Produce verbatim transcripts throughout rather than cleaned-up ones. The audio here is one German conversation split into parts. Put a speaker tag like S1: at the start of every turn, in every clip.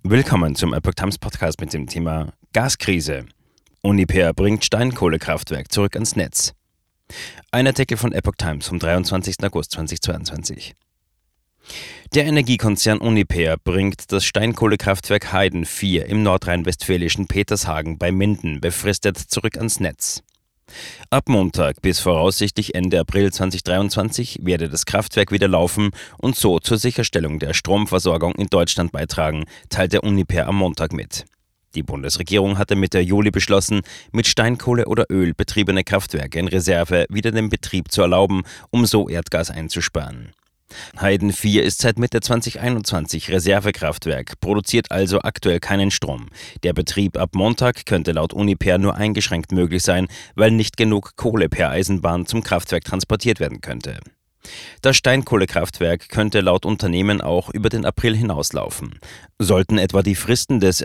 S1: Willkommen zum Epoch Times Podcast mit dem Thema Gaskrise. Uniper bringt Steinkohlekraftwerk zurück ans Netz. Ein Artikel von Epoch Times vom dreiundzwanzigsten August zweitausendzweiundzwanzig. Der Energiekonzern Uniper bringt das Steinkohlekraftwerk Heyden vier im nordrhein-westfälischen Petershagen bei Minden befristet zurück ans Netz. Ab Montag bis voraussichtlich Ende April zweitausenddreiundzwanzig werde das Kraftwerk wieder laufen und so zur Sicherstellung der Stromversorgung in Deutschland beitragen, teilte Uniper am Montag mit. Die Bundesregierung hatte Mitte Juli beschlossen, mit Steinkohle oder Öl betriebene Kraftwerke in Reserve wieder den Betrieb zu erlauben, um so Erdgas einzusparen. Heyden vier ist seit Mitte zweitausendeinundzwanzig Reservekraftwerk, produziert also aktuell keinen Strom. Der Betrieb ab Montag könnte laut Uniper nur eingeschränkt möglich sein, weil nicht genug Kohle per Eisenbahn zum Kraftwerk transportiert werden könnte. Das Steinkohlekraftwerk könnte laut Unternehmen auch über den April hinauslaufen. Sollten etwa die Fristen des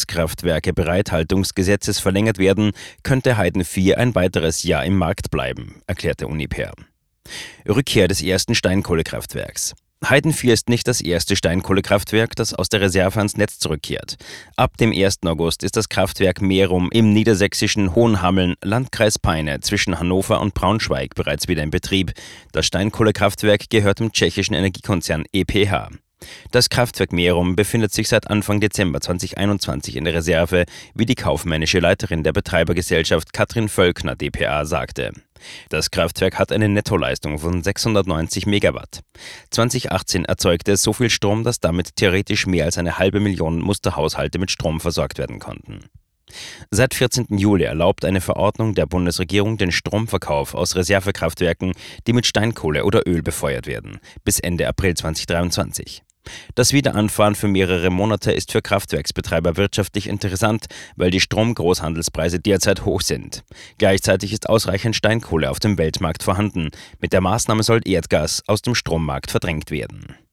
S1: Ersatzkraftwerke-Bereithaltungsgesetzes verlängert werden, könnte Heyden vier ein weiteres Jahr im Markt bleiben, erklärte Uniper. Rückkehr des ersten Steinkohlekraftwerks. Heyden vier ist nicht das erste Steinkohlekraftwerk, das aus der Reserve ans Netz zurückkehrt. Ab dem ersten August ist das Kraftwerk Merum im niedersächsischen Hohenhammeln, Landkreis Peine, zwischen Hannover und Braunschweig bereits wieder in Betrieb. Das Steinkohlekraftwerk gehört dem tschechischen Energiekonzern E P H. Das Kraftwerk Merum befindet sich seit Anfang Dezember zweitausendeinundzwanzig in der Reserve, wie die kaufmännische Leiterin der Betreibergesellschaft Katrin Völkner d p a sagte. Das Kraftwerk hat eine Nettoleistung von sechshundertneunzig Megawatt. zweitausendachtzehn erzeugte es so viel Strom, dass damit theoretisch mehr als eine halbe Million Musterhaushalte mit Strom versorgt werden konnten. Seit vierzehnten Juli erlaubt eine Verordnung der Bundesregierung den Stromverkauf aus Reservekraftwerken, die mit Steinkohle oder Öl befeuert werden, bis Ende April zweitausenddreiundzwanzig. Das Wiederanfahren für mehrere Monate ist für Kraftwerksbetreiber wirtschaftlich interessant, weil die Stromgroßhandelspreise derzeit hoch sind. Gleichzeitig ist ausreichend Steinkohle auf dem Weltmarkt vorhanden. Mit der Maßnahme soll Erdgas aus dem Strommarkt verdrängt werden.